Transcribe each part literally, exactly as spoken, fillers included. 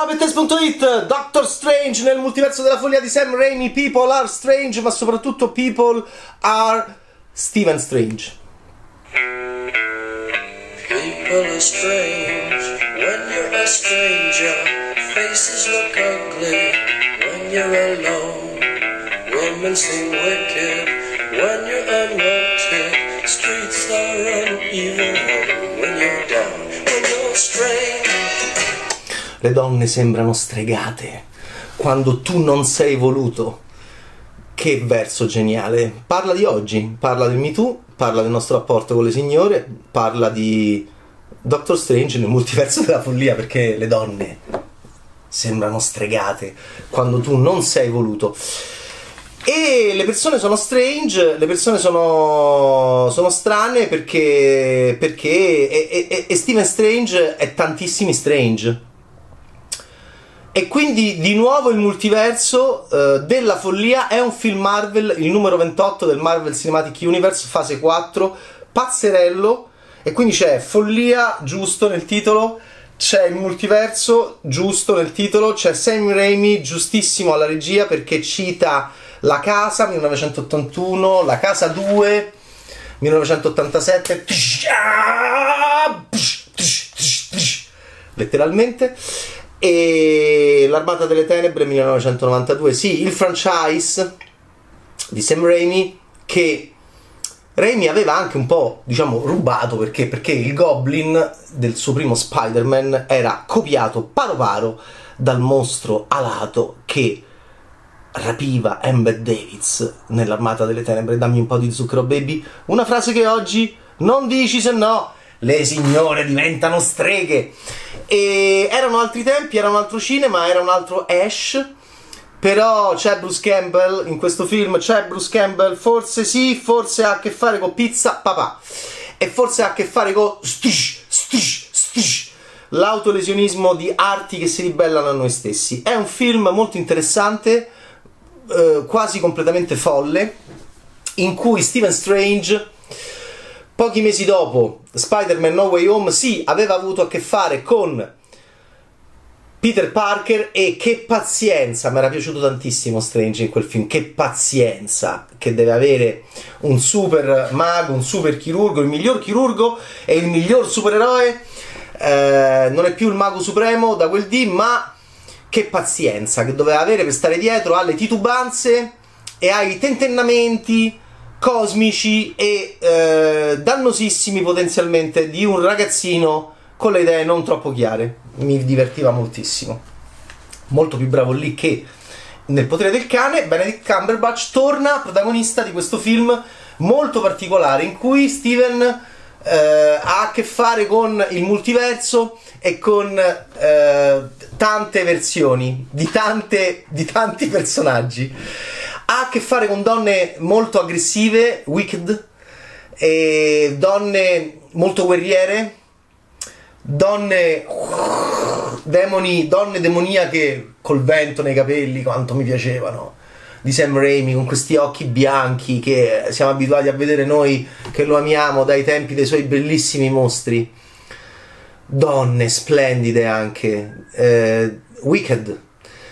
Bettes punto it, Doctor Strange nel multiverso della follia di Sam Raimi. People are strange, ma soprattutto people are Stephen Strange. People are strange when you're a stranger. Faces look ugly when you're alone. Women seem wicked when you're unwanted. Streets are uneven when you're down, when you're strange. Le donne sembrano stregate quando tu non sei voluto. Che verso geniale. Parla di oggi, parla del Me Too, parla del nostro rapporto con le signore, parla di Doctor Strange nel multiverso della follia, perché le donne sembrano stregate quando tu non sei voluto. E le persone sono strange, le persone sono, sono strane perché, perché e, e, e Stephen Strange è tantissimi Strange. E quindi di nuovo il multiverso uh, della follia. È un film Marvel, il numero ventotto del Marvel Cinematic Universe, fase quattro, pazzerello, e quindi c'è follia giusto nel titolo, c'è il multiverso giusto nel titolo, c'è Sam Raimi giustissimo alla regia perché cita La Casa millenovecentottantuno, La Casa due millenovecentottantasette, letteralmente, e L'Armata delle Tenebre millenovecentonovantadue. Sì, il franchise di Sam Raimi che Raimi aveva anche un po', diciamo, rubato, perché perché il Goblin del suo primo Spider-Man era copiato paro paro dal mostro alato che rapiva Embed Davids nell'Armata delle Tenebre. Dammi un po' di zucchero, baby. Una frase che oggi non dici, se no le signore diventano streghe. E erano altri tempi, era un altro cinema, era un altro Ash. Però c'è Bruce Campbell in questo film, c'è Bruce Campbell, forse sì, forse ha a che fare con Pizza Papà, e forse ha a che fare con stish, stish, stish, l'autolesionismo di arti che si ribellano a noi stessi. È un film molto interessante, eh, quasi completamente folle, in cui Stephen Strange, pochi mesi dopo Spider-Man No Way Home, sì, aveva avuto a che fare con Peter Parker. E che pazienza, mi era piaciuto tantissimo Strange in quel film, che pazienza che deve avere un super mago, un super chirurgo, il miglior chirurgo e il miglior supereroe, eh, non è più il mago supremo da quel dì, ma che pazienza che doveva avere per stare dietro alle titubanze e ai tentennamenti cosmici e eh, dannosissimi potenzialmente di un ragazzino con le idee non troppo chiare. Mi divertiva moltissimo, molto più bravo lì che nel Potere del Cane. Benedict Cumberbatch torna protagonista di questo film molto particolare in cui Steven eh, ha a che fare con il multiverso e con eh, tante versioni di, tante, di tanti personaggi. Ha a che fare con donne molto aggressive, wicked, e donne molto guerriere, donne demoni, donne demoniache col vento nei capelli, quanto mi piacevano, di Sam Raimi, con questi occhi bianchi che siamo abituati a vedere noi che lo amiamo dai tempi dei suoi bellissimi mostri. Donne splendide anche, eh, wicked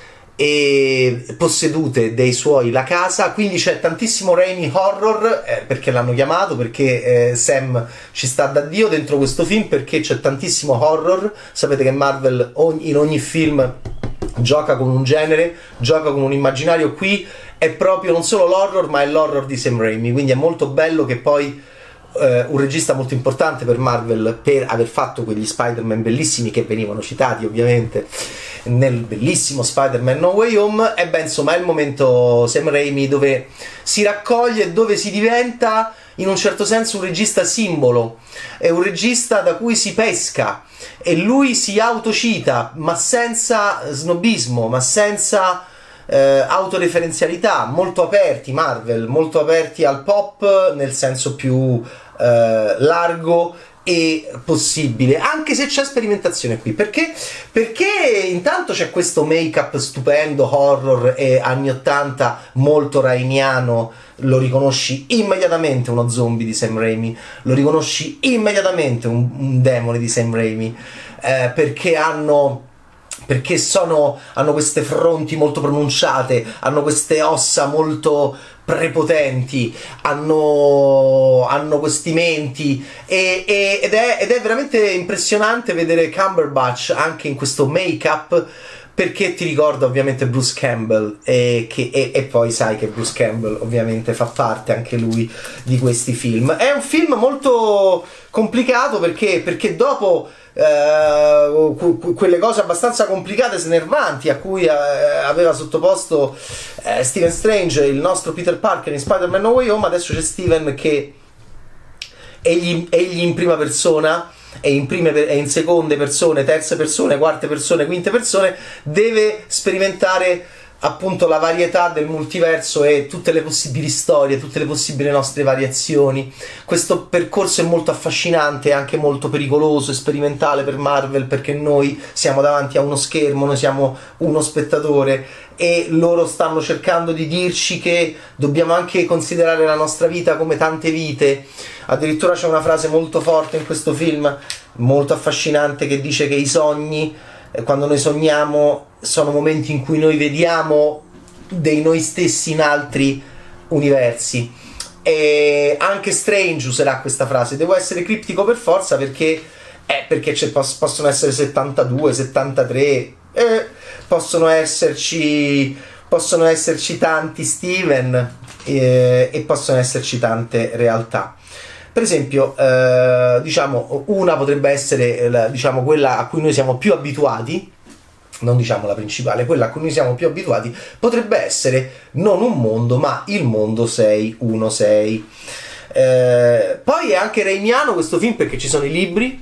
e possedute dei suoi La Casa. Quindi c'è tantissimo Raimi horror, eh, perché l'hanno chiamato, perché eh, Sam ci sta da Dio dentro questo film, perché c'è tantissimo horror. Sapete che Marvel ogni, in ogni film gioca con un genere, gioca con un immaginario. Qui è proprio non solo l'horror, ma è l'horror di Sam Raimi, quindi è molto bello che poi eh, un regista molto importante per Marvel, per aver fatto quegli Spider-Man bellissimi che venivano citati ovviamente nel bellissimo Spider-Man No Way Home, e beh, insomma è il momento Sam Raimi dove si raccoglie, dove si diventa in un certo senso un regista simbolo, è un regista da cui si pesca, e lui si autocita, ma senza snobismo, ma senza eh, autoreferenzialità, molto aperti Marvel, molto aperti al pop nel senso più eh, largo e possibile, anche se c'è sperimentazione qui. Perché? Perché intanto c'è questo make-up stupendo, horror e anni ottanta, molto raimiano. Lo riconosci immediatamente uno zombie di Sam Raimi, lo riconosci immediatamente un, un demone di Sam Raimi, eh, perché hanno perché sono, hanno queste fronti molto pronunciate, hanno queste ossa molto prepotenti, hanno, hanno questi menti e, e, ed, è, ed è veramente impressionante vedere Cumberbatch anche in questo make-up, perché ti ricorda ovviamente Bruce Campbell e, che, e, e poi sai che Bruce Campbell ovviamente fa parte anche lui di questi film. È un film molto complicato perché, perché dopo Uh, que- quelle cose abbastanza complicate, snervanti a cui uh, aveva sottoposto uh, Stephen Strange, il nostro Peter Parker in Spider-Man No Way Home, adesso c'è Steven che egli, egli in prima persona e in, prime, e in seconde persone, terze persone, quarte persone, quinte persone deve sperimentare appunto la varietà del multiverso e tutte le possibili storie, tutte le possibili nostre variazioni. Questo percorso è molto affascinante e anche molto pericoloso e sperimentale per Marvel, perché noi siamo davanti a uno schermo, noi siamo uno spettatore e loro stanno cercando di dirci che dobbiamo anche considerare la nostra vita come tante vite. Addirittura c'è una frase molto forte in questo film, molto affascinante, che dice che i sogni, quando noi sogniamo, sono momenti in cui noi vediamo dei noi stessi in altri universi. E anche Strange userà questa frase. Devo essere criptico per forza perché eh, perché c'è, possono essere settantadue, settantatré, eh, possono esserci possono esserci tanti Steven eh, e possono esserci tante realtà. Per esempio, eh, diciamo, una potrebbe essere la, diciamo, quella a cui noi siamo più abituati, non diciamo la principale, quella a cui noi siamo più abituati, potrebbe essere non un mondo, ma il mondo sei uno sei. Eh, poi è anche reimiano questo film perché ci sono i libri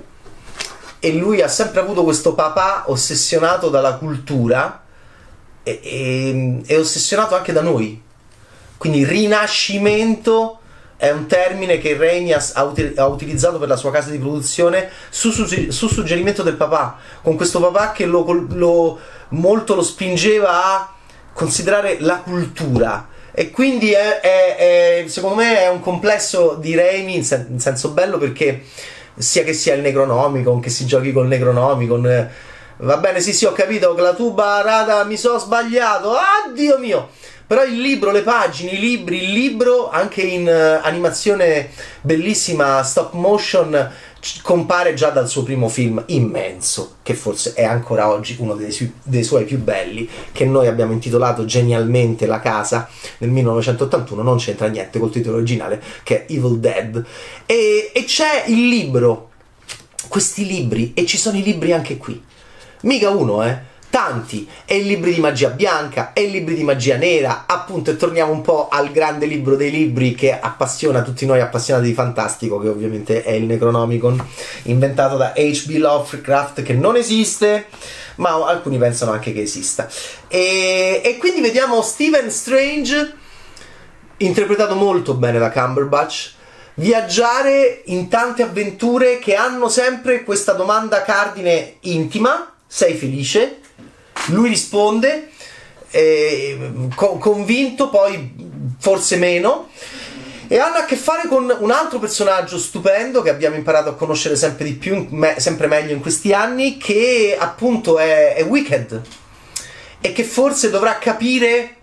e lui ha sempre avuto questo papà ossessionato dalla cultura e, e, e ossessionato anche da noi. Quindi rinascimento è un termine che Raimi ha, ha utilizzato per la sua casa di produzione su, su, su suggerimento del papà, con questo papà che lo, lo, molto lo spingeva a considerare la cultura. E quindi è, è, è, secondo me è un complesso di Raimi in, sen- in senso bello, perché sia che sia il Necronomicon, che si giochi col Necronomicon, eh, va bene, sì sì ho capito che la tuba rada mi sono sbagliato, ah Dio mio, però il libro, le pagine, i libri, il libro anche in uh, animazione bellissima stop motion c- compare già dal suo primo film immenso, che forse è ancora oggi uno dei, su- dei suoi più belli, che noi abbiamo intitolato genialmente La Casa nel millenovecentottantuno, non c'entra niente col titolo originale che è Evil Dead, e, e c'è il libro, questi libri, e ci sono i libri anche qui, mica uno eh tanti, e i libri di magia bianca e i libri di magia nera, appunto, e torniamo un po' al grande libro dei libri che appassiona tutti noi appassionati di fantastico, che ovviamente è il Necronomicon, inventato da H P Lovecraft, che non esiste, ma alcuni pensano anche che esista. E, e quindi vediamo Stephen Strange, interpretato molto bene da Cumberbatch, viaggiare in tante avventure che hanno sempre questa domanda cardine intima: sei felice? Lui risponde eh, co- convinto, poi forse meno, e hanno a che fare con un altro personaggio stupendo che abbiamo imparato a conoscere sempre di più, me- sempre meglio in questi anni, che appunto è, è Wicked, e che forse dovrà capire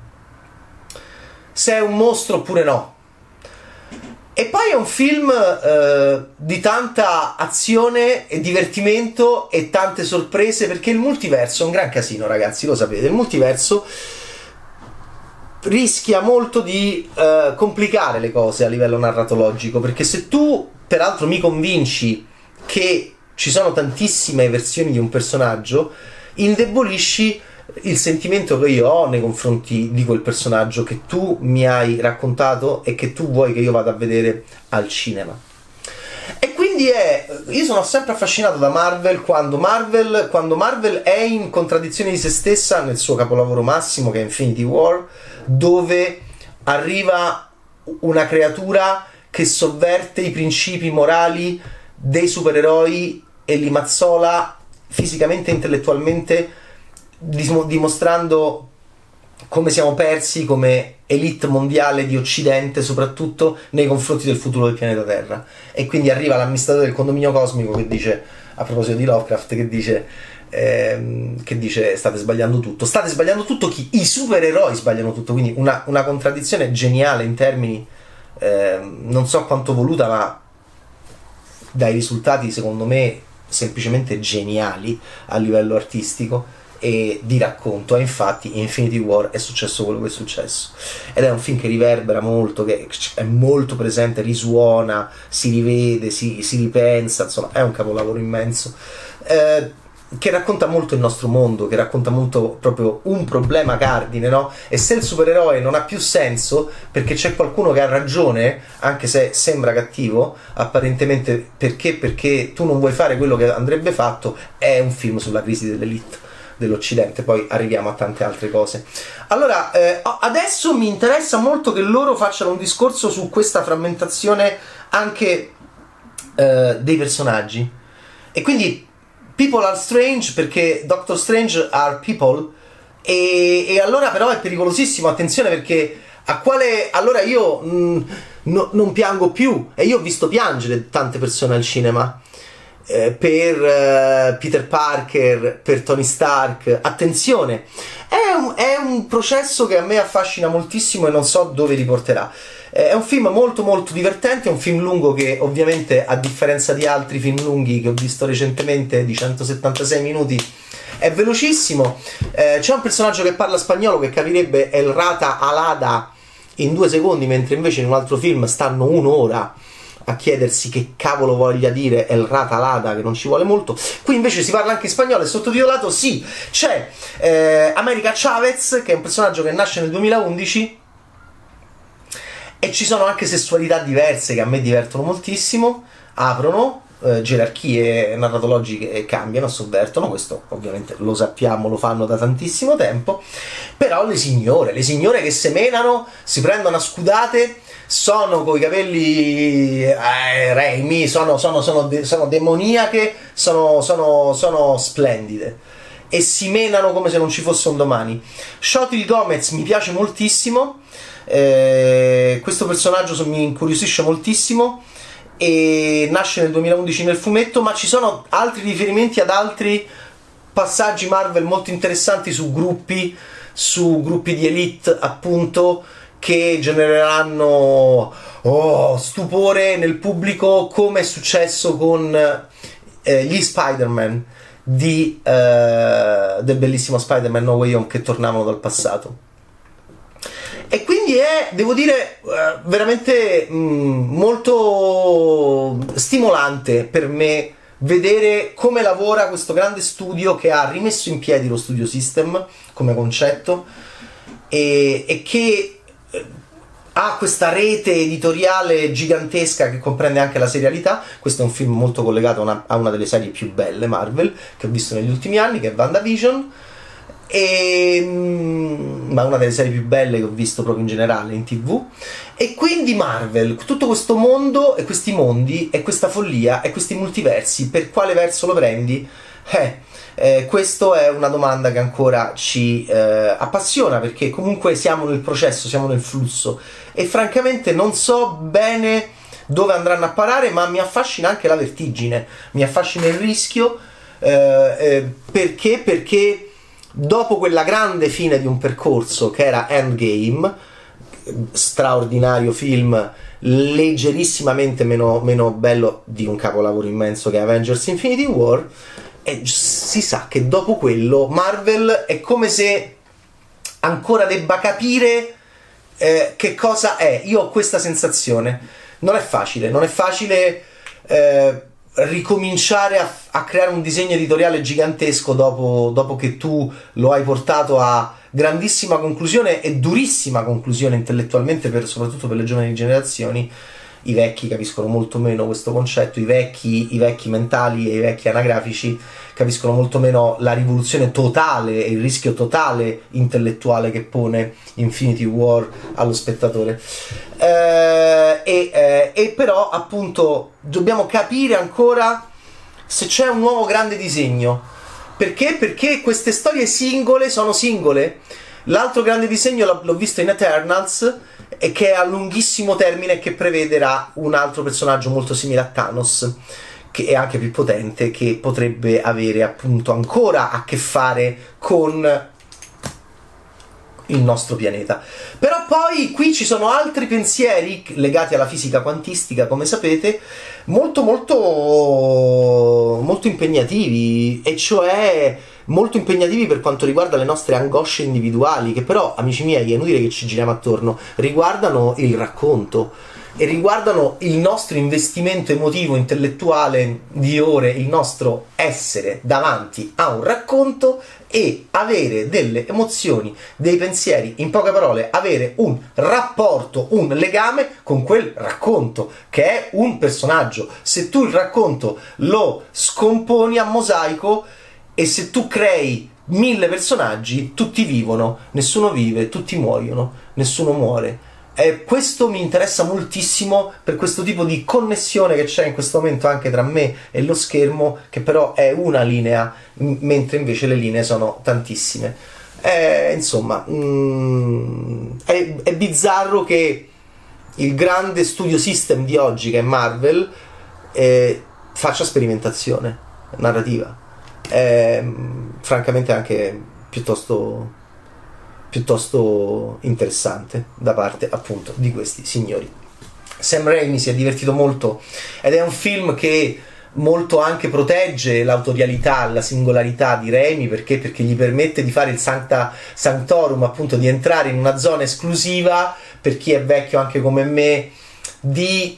se è un mostro oppure no. E poi è un film eh, di tanta azione e divertimento e tante sorprese, perché il multiverso è un gran casino, ragazzi, lo sapete. Il multiverso rischia molto di eh, complicare le cose a livello narratologico, perché se tu peraltro mi convinci che ci sono tantissime versioni di un personaggio, indebolisci il sentimento che io ho nei confronti di quel personaggio che tu mi hai raccontato e che tu vuoi che io vada a vedere al cinema. E quindi è, io sono sempre affascinato da Marvel quando Marvel quando Marvel è in contraddizione di se stessa nel suo capolavoro massimo, che è Infinity War, dove arriva una creatura che sovverte i principi morali dei supereroi e li mazzola fisicamente e intellettualmente, dimostrando come siamo persi come elite mondiale di Occidente, soprattutto nei confronti del futuro del pianeta Terra. E quindi arriva l'amministratore del condominio cosmico che dice, a proposito di Lovecraft, che dice ehm, che dice state sbagliando tutto. State sbagliando tutto chi? I supereroi sbagliano tutto, quindi una, una contraddizione geniale in termini, ehm, non so quanto voluta, ma dai risultati secondo me semplicemente geniali a livello artistico e di racconto. E infatti Infinity War è successo quello che è successo, ed è un film che riverbera molto, che è molto presente, risuona, si rivede, si, si ripensa, insomma è un capolavoro immenso, eh, che racconta molto il nostro mondo, che racconta molto proprio un problema cardine, no? E se il supereroe non ha più senso perché c'è qualcuno che ha ragione, anche se sembra cattivo apparentemente, perché perché tu non vuoi fare quello che andrebbe fatto, è un film sulla crisi dell'elite dell'Occidente. Poi arriviamo a tante altre cose. Allora, eh, adesso mi interessa molto che loro facciano un discorso su questa frammentazione anche eh, dei personaggi, e quindi people are strange perché Doctor Strange are people, e, e allora però è pericolosissimo, attenzione, perché a quale allora io mh, no, non piango più, e io ho visto piangere tante persone al cinema eh, per uh, Peter Parker, per Tony Stark. Attenzione, è un, è un processo che a me affascina moltissimo e non so dove riporterà. È un film molto molto divertente, è un film lungo che ovviamente, a differenza di altri film lunghi che ho visto recentemente di centosettantasei minuti, è velocissimo. Eh, c'è un personaggio che parla spagnolo che capirebbe El Rata Alada in due secondi, mentre invece in un altro film stanno un'ora a chiedersi che cavolo voglia dire El Rata Alada, che non ci vuole molto. Qui invece si parla anche in spagnolo, è sottotitolato, sì. C'è eh, America Chavez, che è un personaggio che nasce nel duemilaundici, e ci sono anche sessualità diverse che a me divertono moltissimo, aprono eh, gerarchie narratologiche e cambiano, sovvertono, questo ovviamente lo sappiamo, lo fanno da tantissimo tempo. Però le signore, le signore che semenano, si prendono a scudate, sono coi capelli eh, Raimi, sono, sono, sono, de- sono demoniache, sono, sono, sono splendide, e si menano come se non ci fosse un domani. Xochitl Gomez mi piace moltissimo. Eh, questo personaggio mi incuriosisce moltissimo, e nasce nel duemilaundici nel fumetto, ma ci sono altri riferimenti ad altri passaggi Marvel molto interessanti su gruppi, su gruppi di elite appunto, che genereranno oh, stupore nel pubblico, come è successo con eh, gli Spider-Man di, eh, del bellissimo Spider-Man No Way Home, che tornavano dal passato. E quindi è, devo dire, veramente mh, molto stimolante per me vedere come lavora questo grande studio che ha rimesso in piedi lo Studio System come concetto, e, e che ha questa rete editoriale gigantesca che comprende anche la serialità. Questo è un film molto collegato a una, a una delle serie più belle Marvel che ho visto negli ultimi anni, che è WandaVision. E, ma una delle serie più belle che ho visto proprio in generale in tv. E quindi Marvel, tutto questo mondo e questi mondi e questa follia e questi multiversi, per quale verso lo prendi? Eh, eh, questa è una domanda che ancora ci eh, appassiona, perché comunque siamo nel processo, siamo nel flusso, e francamente non so bene dove andranno a parare, ma mi affascina anche la vertigine, mi affascina il rischio, eh, eh, perché perché dopo quella grande fine di un percorso che era Endgame, straordinario film, leggerissimamente meno, meno bello di un capolavoro immenso che è Avengers Infinity War, e si sa che dopo quello Marvel è come se ancora debba capire eh, che cosa è. Io ho questa sensazione. Non è facile, non è facile eh, ricominciare a, a creare un disegno editoriale gigantesco dopo, dopo che tu lo hai portato a grandissima conclusione e durissima conclusione intellettualmente, per, soprattutto per le giovani generazioni. I vecchi capiscono molto meno questo concetto, i vecchi, i vecchi mentali e i vecchi anagrafici capiscono molto meno la rivoluzione totale e il rischio totale intellettuale che pone Infinity War allo spettatore. Eh, e, eh, e però appunto dobbiamo capire ancora se c'è un nuovo grande disegno. Perché? Perché queste storie singole sono singole. L'altro grande disegno l'ho visto in Eternals, e che è a lunghissimo termine, che prevederà un altro personaggio molto simile a Thanos, che è anche più potente, che potrebbe avere appunto ancora a che fare con il nostro pianeta. Però poi qui ci sono altri pensieri legati alla fisica quantistica, come sapete, molto molto molto impegnativi, e cioè molto impegnativi per quanto riguarda le nostre angosce individuali, che però, amici miei, è inutile che ci giriamo attorno, riguardano il racconto e riguardano il nostro investimento emotivo, intellettuale di ore, il nostro essere davanti a un racconto e avere delle emozioni, dei pensieri, in poche parole avere un rapporto, un legame con quel racconto che è un personaggio. Se tu il racconto lo scomponi a mosaico e se tu crei mille personaggi, tutti vivono, nessuno vive, tutti muoiono, nessuno muore. Eh, questo mi interessa moltissimo per questo tipo di connessione che c'è in questo momento anche tra me e lo schermo, che però è una linea, m- mentre invece le linee sono tantissime. Eh, insomma, mm, è, è bizzarro che il grande studio system di oggi, che è Marvel, eh, faccia sperimentazione narrativa. È, francamente anche piuttosto... piuttosto interessante da parte appunto di questi signori. Sam Raimi si è divertito molto ed è un film che molto anche protegge l'autorialità, la singolarità di Raimi, perché perché gli permette di fare il Sancta Sanctorum, appunto di entrare in una zona esclusiva per chi è vecchio anche come me, di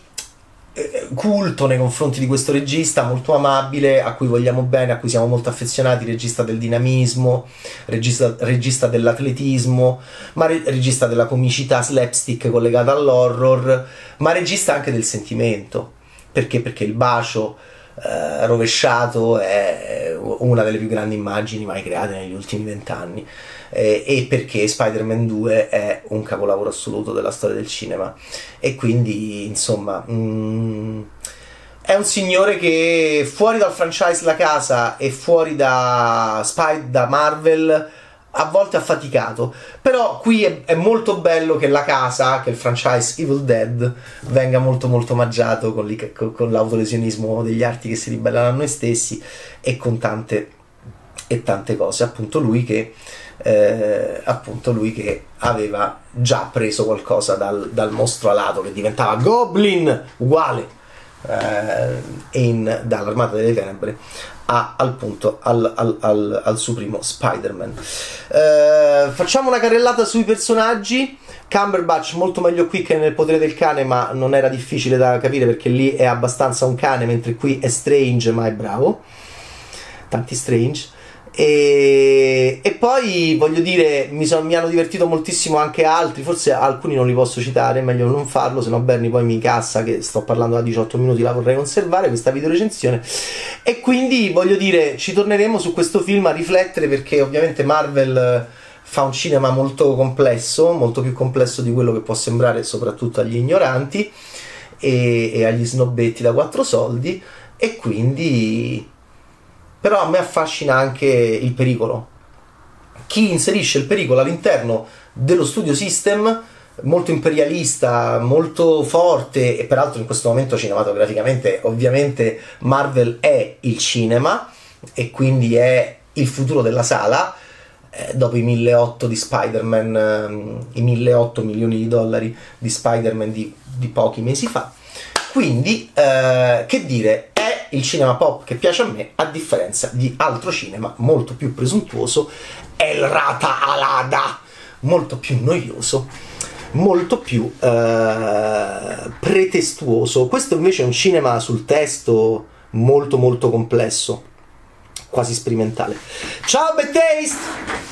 culto nei confronti di questo regista molto amabile, a cui vogliamo bene, a cui siamo molto affezionati, regista del dinamismo, regista, regista dell'atletismo, ma re, regista della comicità slapstick collegata all'horror, ma regista anche del sentimento. Perché? Perché il bacio eh, rovesciato è una delle più grandi immagini mai create negli ultimi vent'anni. Eh, e perché Spider-Man due è un capolavoro assoluto della storia del cinema, e quindi insomma mm, è un signore che fuori dal franchise La Casa e fuori da, Spy, da Marvel a volte ha faticato, però qui è, è molto bello che La Casa, che il franchise Evil Dead, venga molto molto omaggiato con, li, con, con l'autolesionismo degli arti che si ribellano a noi stessi e con tante e tante cose. Appunto lui che Eh, appunto lui che aveva già preso qualcosa dal, dal mostro alato che diventava Goblin, uguale eh, in, dall'Armata delle Tenebre a, al punto al, al, al, al suo primo Spider-Man. Eh, facciamo una carrellata sui personaggi. Cumberbatch molto meglio qui che nel Potere del Cane, ma non era difficile da capire perché lì è abbastanza un cane, mentre qui è Strange, ma è bravo, tanti Strange. E, e poi voglio dire, mi, son, mi hanno divertito moltissimo anche altri, forse alcuni non li posso citare, è meglio non farlo, se no Bernie poi mi cassa che sto parlando da diciotto minuti, la vorrei conservare questa videorecensione. E quindi voglio dire, ci torneremo su questo film a riflettere, perché ovviamente Marvel fa un cinema molto complesso, molto più complesso di quello che può sembrare soprattutto agli ignoranti e, e agli snobbetti da quattro soldi, e quindi però a me affascina anche il pericolo. Chi inserisce il pericolo all'interno dello studio system, molto imperialista, molto forte, e peraltro in questo momento cinematograficamente ovviamente Marvel è il cinema e quindi è il futuro della sala, eh, dopo i milleottocento di Spider-Man, eh, i milleottocento milioni di dollari di Spider-Man di, di pochi mesi fa. Quindi eh, che dire, è il cinema pop che piace a me, a differenza di altro cinema molto più presuntuoso, El Rata Alada, molto più noioso, molto più eh, pretestuoso. Questo invece è un cinema sul testo molto molto complesso, quasi sperimentale. Ciao Bad Taste!